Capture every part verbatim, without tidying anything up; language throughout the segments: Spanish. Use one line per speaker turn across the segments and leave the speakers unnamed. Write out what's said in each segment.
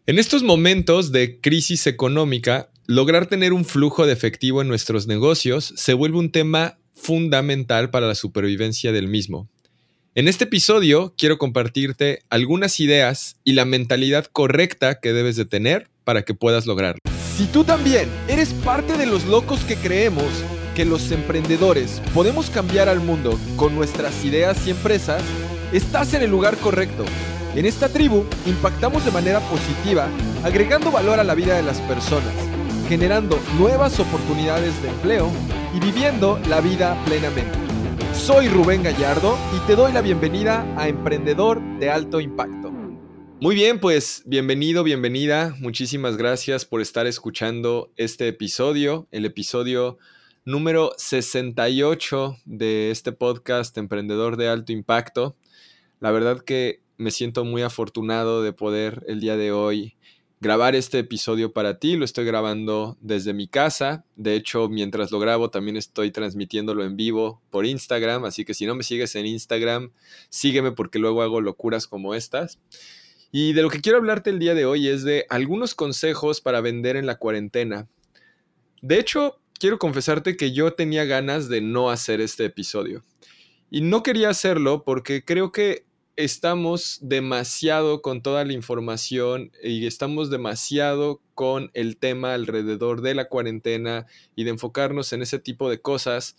En estos momentos de crisis económica, lograr tener un flujo de efectivo en nuestros negocios se vuelve un tema fundamental para la supervivencia del mismo. En este episodio quiero compartirte algunas ideas y la mentalidad correcta que debes de tener para que puedas lograrlo.
Si tú también eres parte de los locos que creemos que los emprendedores podemos cambiar al mundo con nuestras ideas y empresas, estás en el lugar correcto. En esta tribu impactamos de manera positiva, agregando valor a la vida de las personas, generando nuevas oportunidades de empleo y viviendo la vida plenamente. Soy Rubén Gallardo y te doy la bienvenida a Emprendedor de Alto Impacto.
Muy bien, pues bienvenido, bienvenida. Muchísimas gracias por estar escuchando este episodio, el episodio número sesenta y ocho de este podcast Emprendedor de Alto Impacto. La verdad que me siento muy afortunado de poder el día de hoy grabar este episodio para ti. Lo estoy grabando desde mi casa. De hecho, mientras lo grabo también estoy transmitiéndolo en vivo por Instagram. Así que si no me sigues en Instagram, sígueme porque luego hago locuras como estas. Y de lo que quiero hablarte el día de hoy es de algunos consejos para vender en la cuarentena. De hecho, quiero confesarte que yo tenía ganas de no hacer este episodio. Y no quería hacerlo porque creo que estamos demasiado con toda la información y estamos demasiado con el tema alrededor de la cuarentena y de enfocarnos en ese tipo de cosas.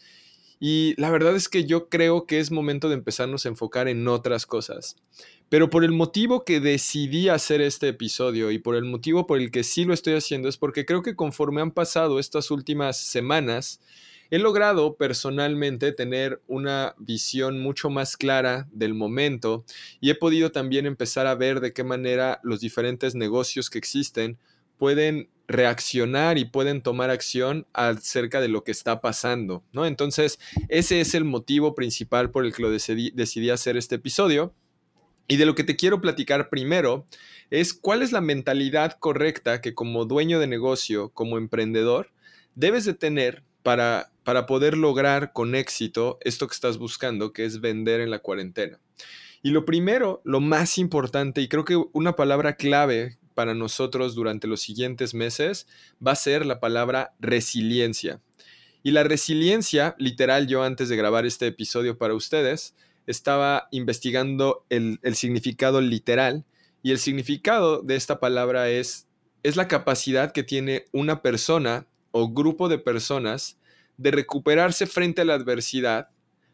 Y la verdad es que yo creo que es momento de empezarnos a enfocar en otras cosas. Pero por el motivo que decidí hacer este episodio y por el motivo por el que sí lo estoy haciendo es porque creo que conforme han pasado estas últimas semanas, he logrado personalmente tener una visión mucho más clara del momento y he podido también empezar a ver de qué manera los diferentes negocios que existen pueden reaccionar y pueden tomar acción acerca de lo que está pasando, ¿no? Entonces, ese es el motivo principal por el que lo decidí, decidí hacer este episodio. Y de lo que te quiero platicar primero es cuál es la mentalidad correcta que como dueño de negocio, como emprendedor, debes de tener para, para poder lograr con éxito esto que estás buscando, que es vender en la cuarentena. Y lo primero, lo más importante, y creo que una palabra clave para nosotros durante los siguientes meses va a ser la palabra resiliencia. Y la resiliencia, literal, yo antes de grabar este episodio para ustedes, estaba investigando el, el significado literal, y el significado de esta palabra es, es la capacidad que tiene una persona o grupo de personas de recuperarse frente a la adversidad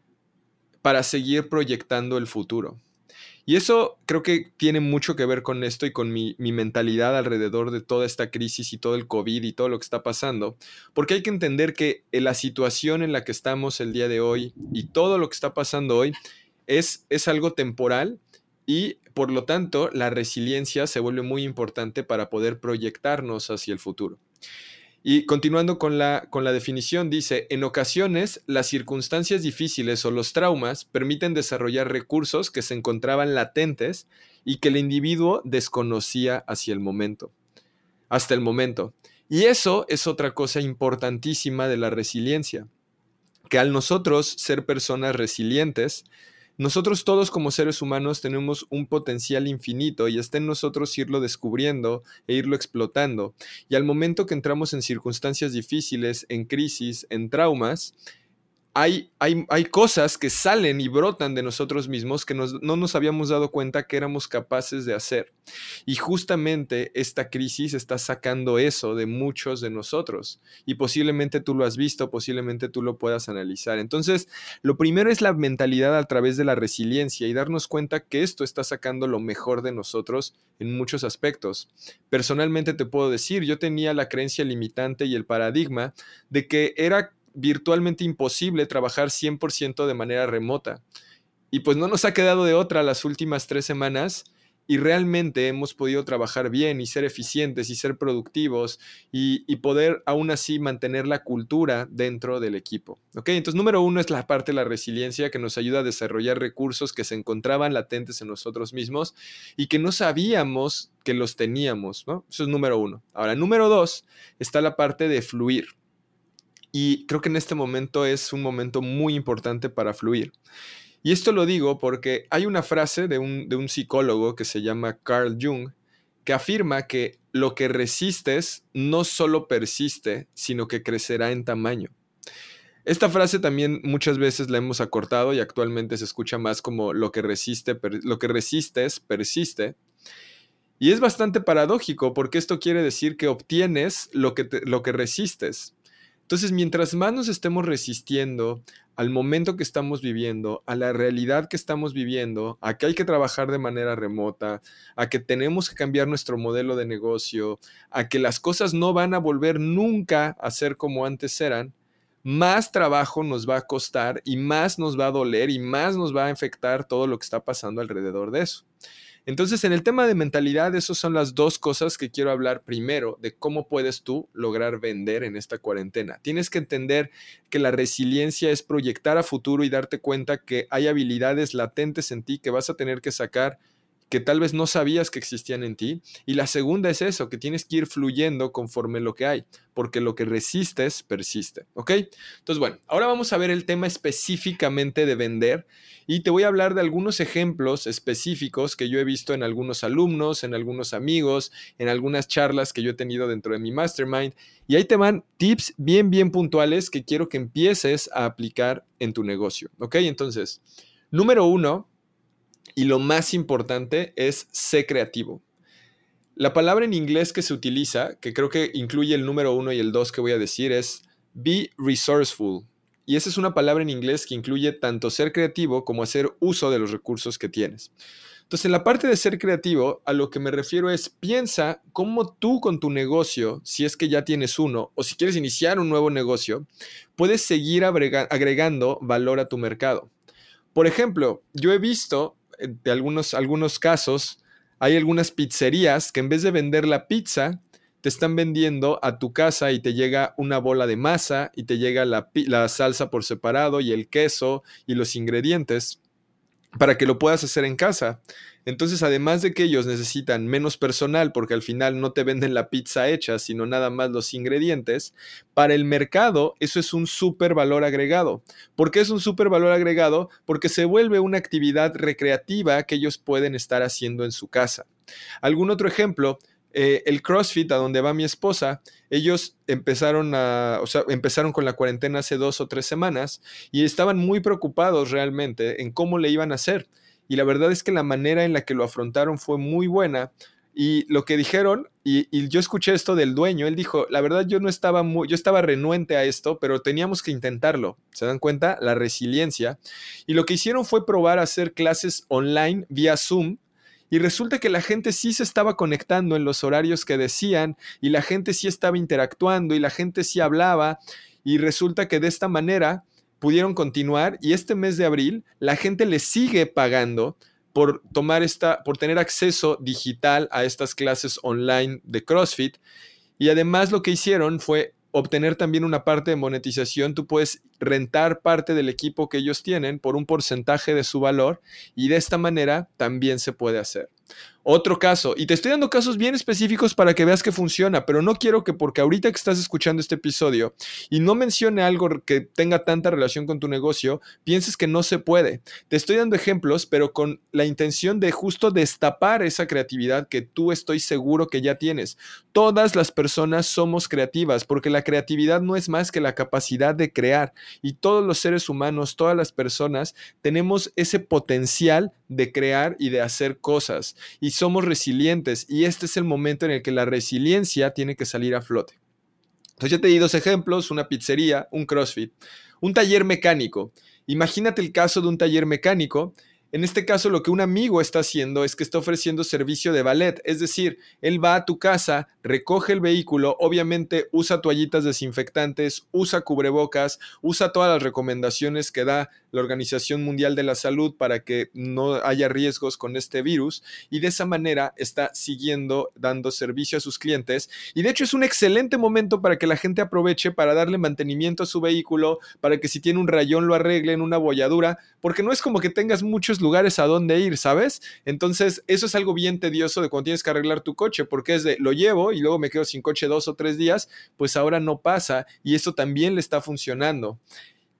para seguir proyectando el futuro. Y eso creo que tiene mucho que ver con esto y con mi, mi mentalidad alrededor de toda esta crisis y todo el COVID y todo lo que está pasando, porque hay que entender que la situación en la que estamos el día de hoy y todo lo que está pasando hoy es, es algo temporal y por lo tanto la resiliencia se vuelve muy importante para poder proyectarnos hacia el futuro. Y continuando con la, con la definición, dice, en ocasiones las circunstancias difíciles o los traumas permiten desarrollar recursos que se encontraban latentes y que el individuo desconocía hacia el momento, hasta el momento. Y eso es otra cosa importantísima de la resiliencia, que al nosotros ser personas resilientes, nosotros todos como seres humanos tenemos un potencial infinito y está en nosotros irlo descubriendo e irlo explotando. Y al momento que entramos en circunstancias difíciles, en crisis, en traumas, hay, hay, hay cosas que salen y brotan de nosotros mismos que nos, no nos habíamos dado cuenta que éramos capaces de hacer. Y justamente esta crisis está sacando eso de muchos de nosotros. Y posiblemente tú lo has visto, posiblemente tú lo puedas analizar. Entonces, lo primero es la mentalidad a través de la resiliencia y darnos cuenta que esto está sacando lo mejor de nosotros en muchos aspectos. Personalmente te puedo decir, yo tenía la creencia limitante y el paradigma de que era virtualmente imposible trabajar cien por ciento de manera remota. Y pues no nos ha quedado de otra las últimas tres semanas y realmente hemos podido trabajar bien y ser eficientes y ser productivos y, y poder aún así mantener la cultura dentro del equipo. ¿Ok? Entonces, número uno es la parte de la resiliencia que nos ayuda a desarrollar recursos que se encontraban latentes en nosotros mismos y que no sabíamos que los teníamos, ¿no? Eso es número uno. Ahora, número dos está la parte de fluir. Y creo que en este momento es un momento muy importante para fluir. Y esto lo digo porque hay una frase de un, de un psicólogo que se llama Carl Jung que afirma que lo que resistes no solo persiste, sino que crecerá en tamaño. Esta frase también muchas veces la hemos acortado y actualmente se escucha más como lo que resiste, per, lo que resistes persiste. Y es bastante paradójico porque esto quiere decir que obtienes lo que, te, lo que resistes. Entonces, mientras más nos estemos resistiendo al momento que estamos viviendo, a la realidad que estamos viviendo, a que hay que trabajar de manera remota, a que tenemos que cambiar nuestro modelo de negocio, a que las cosas no van a volver nunca a ser como antes eran, más trabajo nos va a costar y más nos va a doler y más nos va a afectar todo lo que está pasando alrededor de eso. Entonces, en el tema de mentalidad, esas son las dos cosas que quiero hablar primero, de cómo puedes tú lograr vender en esta cuarentena. Tienes que entender que la resiliencia es proyectar a futuro y darte cuenta que hay habilidades latentes en ti que vas a tener que sacar, que tal vez no sabías que existían en ti. Y la segunda es eso, que tienes que ir fluyendo conforme lo que hay, porque lo que resistes persiste, ¿ok? Entonces, bueno, ahora vamos a ver el tema específicamente de vender y te voy a hablar de algunos ejemplos específicos que yo he visto en algunos alumnos, en algunos amigos, en algunas charlas que yo he tenido dentro de mi mastermind, y ahí te van tips bien, bien puntuales que quiero que empieces a aplicar en tu negocio, ¿ok? Entonces, número uno, y lo más importante es ser creativo. La palabra en inglés que se utiliza, que creo que incluye el número uno y el dos que voy a decir, es be resourceful. Y esa es una palabra en inglés que incluye tanto ser creativo como hacer uso de los recursos que tienes. Entonces, en la parte de ser creativo, a lo que me refiero es piensa cómo tú con tu negocio, si es que ya tienes uno, o si quieres iniciar un nuevo negocio, puedes seguir agregando valor a tu mercado. Por ejemplo, yo he visto de algunos, algunos casos, hay algunas pizzerías que en vez de vender la pizza, te están vendiendo a tu casa y te llega una bola de masa y te llega la, la salsa por separado y el queso y los ingredientes para que lo puedas hacer en casa. Entonces, además de que ellos necesitan menos personal porque al final no te venden la pizza hecha, sino nada más los ingredientes, para el mercado eso es un súper valor agregado. ¿Por qué es un súper valor agregado? Porque se vuelve una actividad recreativa que ellos pueden estar haciendo en su casa. ¿Algún otro ejemplo? Eh, el CrossFit, a donde va mi esposa, ellos empezaron, a, o sea, empezaron con la cuarentena hace dos o tres semanas y estaban muy preocupados realmente en cómo le iban a hacer. Y la verdad es que la manera en la que lo afrontaron fue muy buena. Y lo que dijeron, y, y yo escuché esto del dueño, él dijo, la verdad yo no estaba muy, yo estaba renuente a esto, pero teníamos que intentarlo. ¿Se dan cuenta? La resiliencia. Y lo que hicieron fue probar a hacer clases online vía Zoom. Y resulta que la gente sí se estaba conectando en los horarios que decían y la gente sí estaba interactuando y la gente sí hablaba y resulta que de esta manera pudieron continuar y este mes de abril la gente les sigue pagando por tomar esta, por tener acceso digital a estas clases online de CrossFit y además lo que hicieron fue obtener también una parte de monetización. Tú puedes rentar parte del equipo que ellos tienen por un porcentaje de su valor y de esta manera también se puede hacer. Otro caso, y te estoy dando casos bien específicos para que veas que funciona, pero no quiero que porque ahorita que estás escuchando este episodio y no mencione algo que tenga tanta relación con tu negocio, pienses que no se puede. Te estoy dando ejemplos, pero con la intención de justo destapar esa creatividad que tú estoy seguro que ya tienes. Todas las personas somos creativas porque la creatividad no es más que la capacidad de crear y todos los seres humanos, todas las personas tenemos ese potencial de crear y de hacer cosas y somos resilientes y este es el momento en el que la resiliencia tiene que salir a flote. Entonces ya te di dos ejemplos, una pizzería, un CrossFit, un taller mecánico. Imagínate el caso de un taller mecánico. En este caso, lo que un amigo está haciendo es que está ofreciendo servicio de valet, es decir, él va a tu casa, recoge el vehículo, obviamente usa toallitas desinfectantes, usa cubrebocas, usa todas las recomendaciones que da la Organización Mundial de la Salud para que no haya riesgos con este virus y de esa manera está siguiendo dando servicio a sus clientes y de hecho es un excelente momento para que la gente aproveche para darle mantenimiento a su vehículo, para que si tiene un rayón lo arreglen, una bolladura, porque no es como que tengas muchos lugares a dónde ir, ¿sabes? Entonces eso es algo bien tedioso de cuando tienes que arreglar tu coche, porque es de lo llevo y luego me quedo sin coche dos o tres días, pues ahora no pasa y esto también le está funcionando.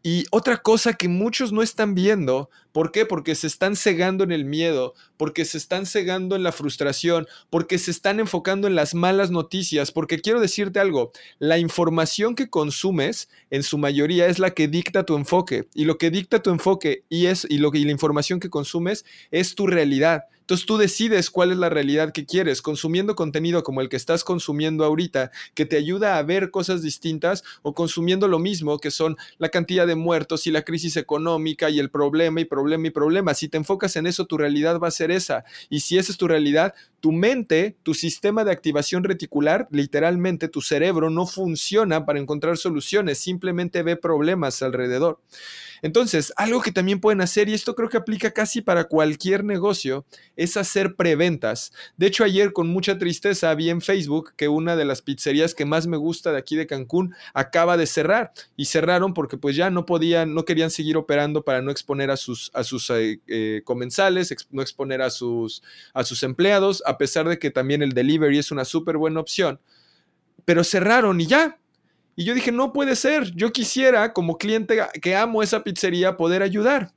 Y otra cosa que muchos no están viendo, ¿por qué? Porque se están cegando en el miedo, porque se están cegando en la frustración, porque se están enfocando en las malas noticias, porque quiero decirte algo, la información que consumes en su mayoría es la que dicta tu enfoque, y lo que dicta tu enfoque y, es, y, lo que, y la información que consumes es tu realidad. Entonces tú decides cuál es la realidad que quieres, consumiendo contenido como el que estás consumiendo ahorita, que te ayuda a ver cosas distintas, o consumiendo lo mismo, que son la cantidad de muertos y la crisis económica y el problema y problema y problema. Si te enfocas en eso, tu realidad va a ser esa. Y si esa es tu realidad, tu mente, tu sistema de activación reticular, literalmente tu cerebro no funciona para encontrar soluciones, simplemente ve problemas alrededor. Entonces, algo que también pueden hacer, y esto creo que aplica casi para cualquier negocio, es hacer preventas. De hecho, ayer con mucha tristeza vi en Facebook que una de las pizzerías que más me gusta de aquí de Cancún acaba de cerrar, y cerraron porque pues ya no podían, no querían seguir operando para no exponer a sus, a sus eh, eh, comensales, ex, no exponer a sus, a sus empleados, a pesar de que también el delivery es una súper buena opción, pero cerraron y ya. Y yo dije, no puede ser, yo quisiera como cliente que amo esa pizzería poder ayudar.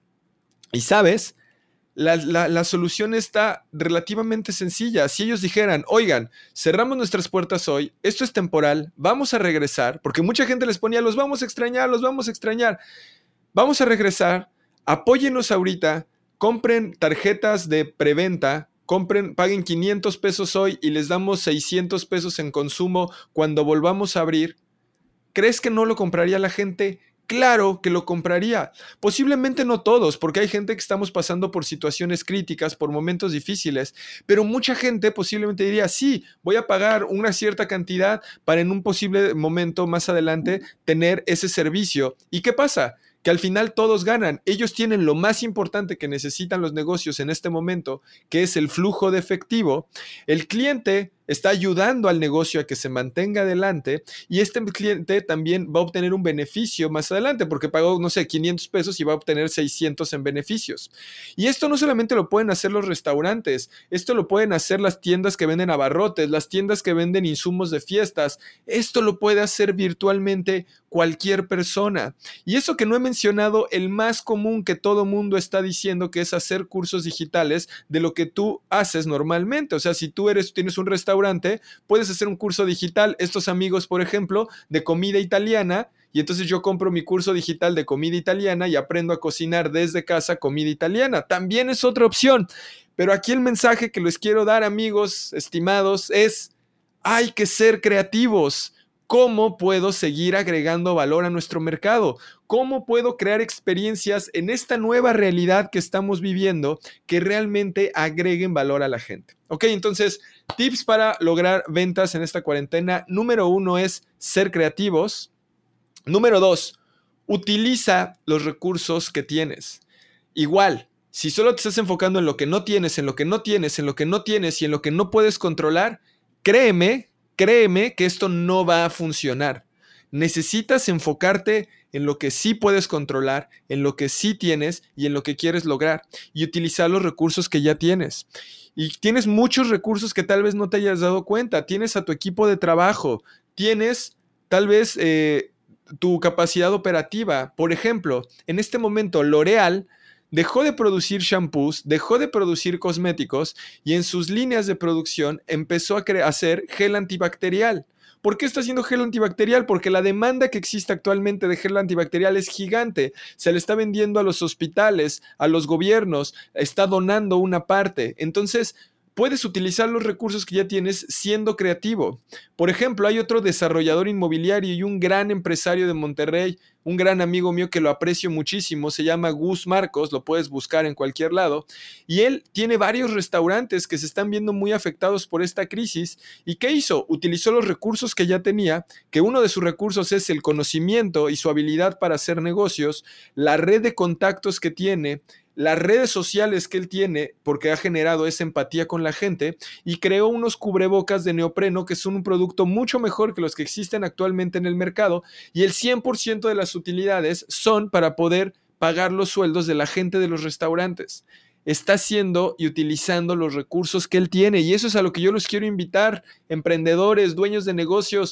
Y sabes, la, la, la solución está relativamente sencilla. Si ellos dijeran, oigan, cerramos nuestras puertas hoy, esto es temporal, vamos a regresar, porque mucha gente les ponía, los vamos a extrañar, los vamos a extrañar, vamos a regresar, apóyennos ahorita, compren tarjetas de preventa, compren, paguen quinientos pesos hoy y les damos seiscientos pesos en consumo cuando volvamos a abrir. ¿Crees que no lo compraría la gente? Claro que lo compraría. Posiblemente no todos, porque hay gente que estamos pasando por situaciones críticas, por momentos difíciles, pero mucha gente posiblemente diría, sí, voy a pagar una cierta cantidad para en un posible momento más adelante tener ese servicio. ¿Y qué pasa? Que al final todos ganan. Ellos tienen lo más importante que necesitan los negocios en este momento, que es el flujo de efectivo. El cliente está ayudando al negocio a que se mantenga adelante, y este cliente también va a obtener un beneficio más adelante porque pagó, no sé, quinientos pesos y va a obtener seiscientos en beneficios. Y esto no solamente lo pueden hacer los restaurantes, esto lo pueden hacer las tiendas que venden abarrotes, las tiendas que venden insumos de fiestas, esto lo puede hacer virtualmente cualquier persona. Y eso que no he mencionado, el más común que todo mundo está diciendo, que es hacer cursos digitales de lo que tú haces normalmente. O sea, si tú eres, tienes un restaurante, puedes hacer un curso digital. Estos amigos, por ejemplo, de comida italiana, y entonces yo compro mi curso digital de comida italiana y aprendo a cocinar desde casa comida italiana. También es otra opción. Pero aquí el mensaje que les quiero dar, amigos estimados, es: hay que ser creativos. ¿Cómo puedo seguir agregando valor a nuestro mercado? ¿Cómo puedo crear experiencias en esta nueva realidad que estamos viviendo que realmente agreguen valor a la gente? Ok, entonces, tips para lograr ventas en esta cuarentena. Número uno es ser creativos. Número dos, utiliza los recursos que tienes. Igual, si solo te estás enfocando en lo que no tienes, en lo que no tienes, en lo que no tienes y en lo que no puedes controlar, créeme, Créeme que esto no va a funcionar. Necesitas enfocarte en lo que sí puedes controlar, en lo que sí tienes y en lo que quieres lograr, y utilizar los recursos que ya tienes. Y tienes muchos recursos que tal vez no te hayas dado cuenta. Tienes a tu equipo de trabajo, tienes tal vez eh, tu capacidad operativa. Por ejemplo, en este momento L'Oréal dejó de producir shampoos, dejó de producir cosméticos y en sus líneas de producción empezó a hacer gel antibacterial. ¿Por qué está haciendo gel antibacterial? Porque la demanda que existe actualmente de gel antibacterial es gigante. Se le está vendiendo a los hospitales, a los gobiernos, está donando una parte. Entonces, puedes utilizar los recursos que ya tienes siendo creativo. Por ejemplo, hay otro desarrollador inmobiliario y un gran empresario de Monterrey, un gran amigo mío que lo aprecio muchísimo, se llama Gus Marcos, lo puedes buscar en cualquier lado, y él tiene varios restaurantes que se están viendo muy afectados por esta crisis. ¿Y qué hizo? Utilizó los recursos que ya tenía, que uno de sus recursos es el conocimiento y su habilidad para hacer negocios, la red de contactos que tiene, las redes sociales que él tiene, porque ha generado esa empatía con la gente, y creó unos cubrebocas de neopreno que son un producto mucho mejor que los que existen actualmente en el mercado, y el cien por ciento de las utilidades son para poder pagar los sueldos de la gente de los restaurantes. Está haciendo y utilizando los recursos que él tiene, y eso es a lo que yo los quiero invitar, emprendedores, dueños de negocios.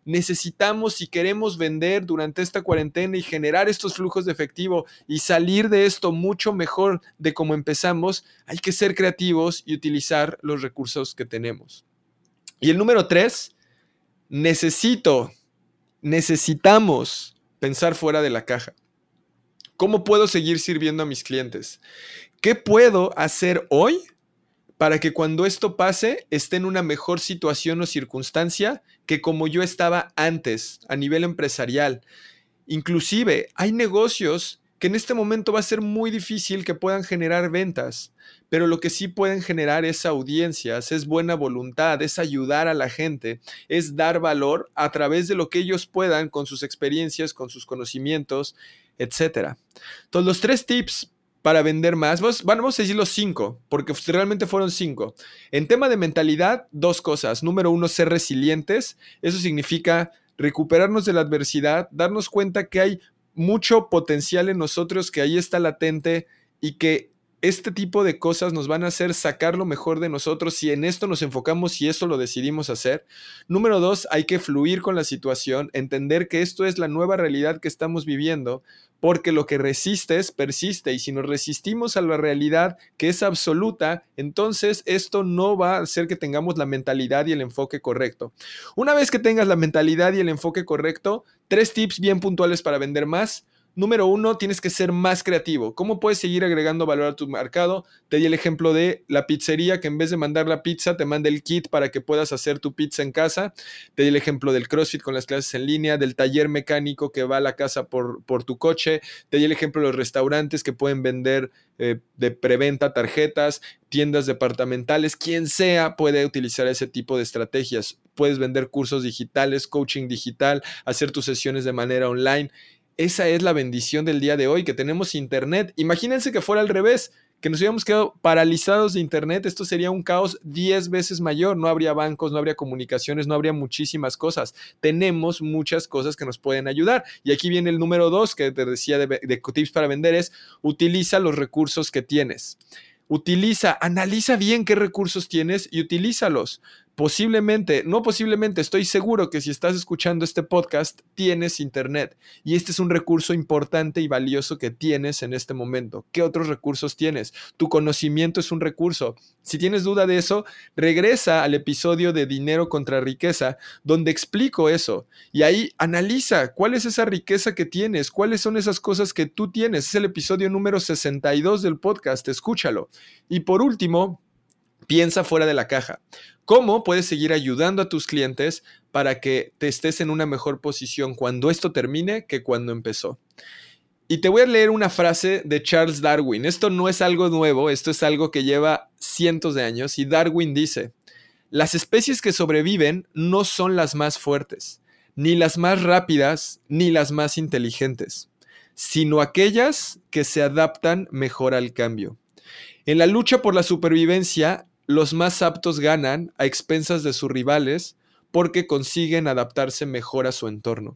necesitamos, si queremos vender durante esta cuarentena y generar estos flujos de efectivo y salir de esto mucho mejor de como empezamos, hay que ser creativos y utilizar los recursos que tenemos. Y el número tres, necesito, necesitamos pensar fuera de la caja. ¿Cómo puedo seguir sirviendo a mis clientes? ¿Qué puedo hacer hoy para que cuando esto pase esté en una mejor situación o circunstancia que como yo estaba antes a nivel empresarial? Inclusive hay negocios que en este momento va a ser muy difícil que puedan generar ventas, pero lo que sí pueden generar es audiencias, es buena voluntad, es ayudar a la gente, es dar valor a través de lo que ellos puedan con sus experiencias, con sus conocimientos, etcétera. Entonces, los tres tips para vender más, vamos a decir los cinco, porque realmente fueron cinco. En tema de mentalidad, dos cosas. Número uno, ser resilientes. Eso significa recuperarnos de la adversidad, darnos cuenta que hay mucho potencial en nosotros, que ahí está latente y que este tipo de cosas nos van a hacer sacar lo mejor de nosotros si en esto nos enfocamos y eso lo decidimos hacer. Número dos, hay que fluir con la situación, entender que esto es la nueva realidad que estamos viviendo, porque lo que resistes persiste y si nos resistimos a la realidad que es absoluta, entonces esto no va a hacer que tengamos la mentalidad y el enfoque correcto. Una vez que tengas la mentalidad y el enfoque correcto, tres tips bien puntuales para vender más. Número uno, tienes que ser más creativo. ¿Cómo puedes seguir agregando valor a tu mercado? Te di el ejemplo de la pizzería que en vez de mandar la pizza te manda el kit para que puedas hacer tu pizza en casa. Te di el ejemplo del CrossFit con las clases en línea, del taller mecánico que va a la casa por, por tu coche. Te di el ejemplo de los restaurantes que pueden vender eh, de preventa tarjetas, tiendas departamentales. Quien sea puede utilizar ese tipo de estrategias. Puedes vender cursos digitales, coaching digital, hacer tus sesiones de manera online. Esa es la bendición del día de hoy, que tenemos internet. Imagínense que fuera al revés, que nos hubiéramos quedado paralizados de internet. Esto sería un caos diez veces mayor. No habría bancos, no habría comunicaciones, no habría muchísimas cosas. Tenemos muchas cosas que nos pueden ayudar. Y aquí viene el número dos que te decía de, de tips para vender, es utiliza los recursos que tienes. Utiliza, analiza bien qué recursos tienes y utilízalos. Posiblemente, no posiblemente, estoy seguro que si estás escuchando este podcast, tienes internet. Y este es un recurso importante y valioso que tienes en este momento. ¿Qué otros recursos tienes? Tu conocimiento es un recurso. Si tienes duda de eso, regresa al episodio de Dinero contra Riqueza, donde explico eso. Y ahí analiza cuál es esa riqueza que tienes, cuáles son esas cosas que tú tienes. Es el episodio número sesenta y dos del podcast, escúchalo. Y por último, piensa fuera de la caja. ¿Cómo puedes seguir ayudando a tus clientes para que te estés en una mejor posición cuando esto termine que cuando empezó? Y te voy a leer una frase de Charles Darwin. Esto no es algo nuevo, esto es algo que lleva cientos de años. Y Darwin dice, las especies que sobreviven no son las más fuertes, ni las más rápidas, ni las más inteligentes, sino aquellas que se adaptan mejor al cambio. En la lucha por la supervivencia, los más aptos ganan a expensas de sus rivales porque consiguen adaptarse mejor a su entorno.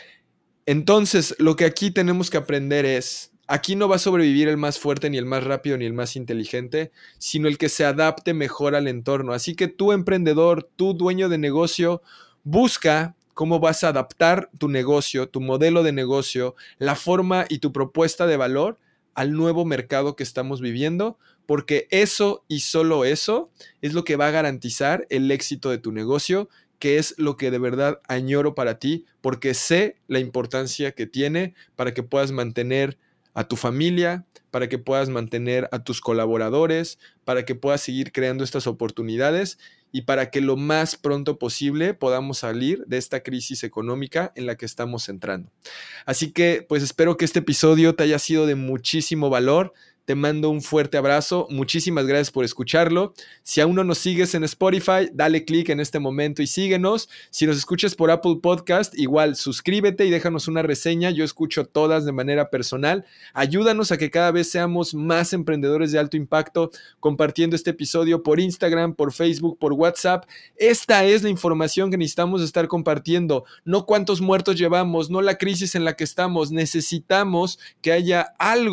Entonces, lo que aquí tenemos que aprender es, aquí no va a sobrevivir el más fuerte, ni el más rápido, ni el más inteligente, sino el que se adapte mejor al entorno. Así que tú, emprendedor, tú, dueño de negocio, busca cómo vas a adaptar tu negocio, tu modelo de negocio, la forma y tu propuesta de valor al nuevo mercado que estamos viviendo, porque eso y solo eso es lo que va a garantizar el éxito de tu negocio, que es lo que de verdad añoro para ti, porque sé la importancia que tiene para que puedas mantener a tu familia, para que puedas mantener a tus colaboradores, para que puedas seguir creando estas oportunidades y para que lo más pronto posible podamos salir de esta crisis económica en la que estamos entrando. Así que pues espero que este episodio te haya sido de muchísimo valor. Te mando un fuerte abrazo. Muchísimas gracias por escucharlo. Si aún no nos sigues en Spotify, dale click en este momento y síguenos. Si nos escuchas por Apple Podcast, igual suscríbete y déjanos una reseña. Yo escucho todas de manera personal. Ayúdanos a que cada vez seamos más emprendedores de alto impacto, compartiendo este episodio por Instagram, por Facebook, por WhatsApp. Esta es la información que necesitamos estar compartiendo. No cuántos muertos llevamos, no la crisis en la que estamos. Necesitamos que haya algo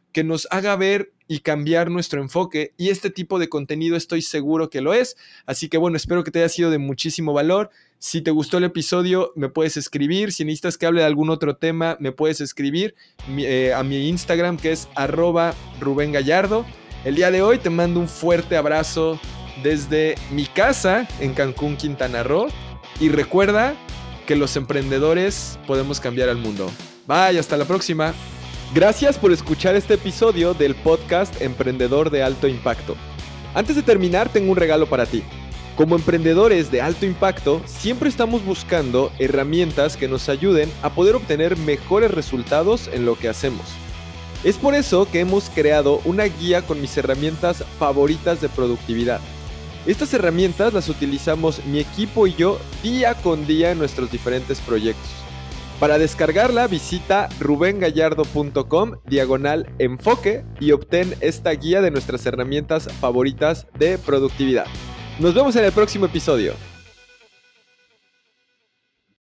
que nos haga ver y cambiar nuestro enfoque, y este tipo de contenido estoy seguro que lo es. Así que bueno, espero que te haya sido de muchísimo valor. Si te gustó el episodio, me puedes escribir. Si necesitas que hable de algún otro tema, me puedes escribir eh, a mi Instagram, que es arroba Rubén Gallardo. El día de hoy te mando un fuerte abrazo desde mi casa en Cancún, Quintana Roo, y recuerda que los emprendedores podemos cambiar al mundo. Bye, hasta la próxima. Gracias por escuchar este episodio del podcast Emprendedor de Alto Impacto. Antes de terminar, tengo un regalo para ti. Como emprendedores de alto impacto, siempre estamos buscando herramientas que nos ayuden a poder obtener mejores resultados en lo que hacemos. Es por eso que hemos creado una guía con mis herramientas favoritas de productividad. Estas herramientas las utilizamos mi equipo y yo día con día en nuestros diferentes proyectos. Para descargarla, visita rubengallardo.com diagonal enfoque y obtén esta guía de nuestras herramientas favoritas de productividad. Nos vemos en el próximo episodio.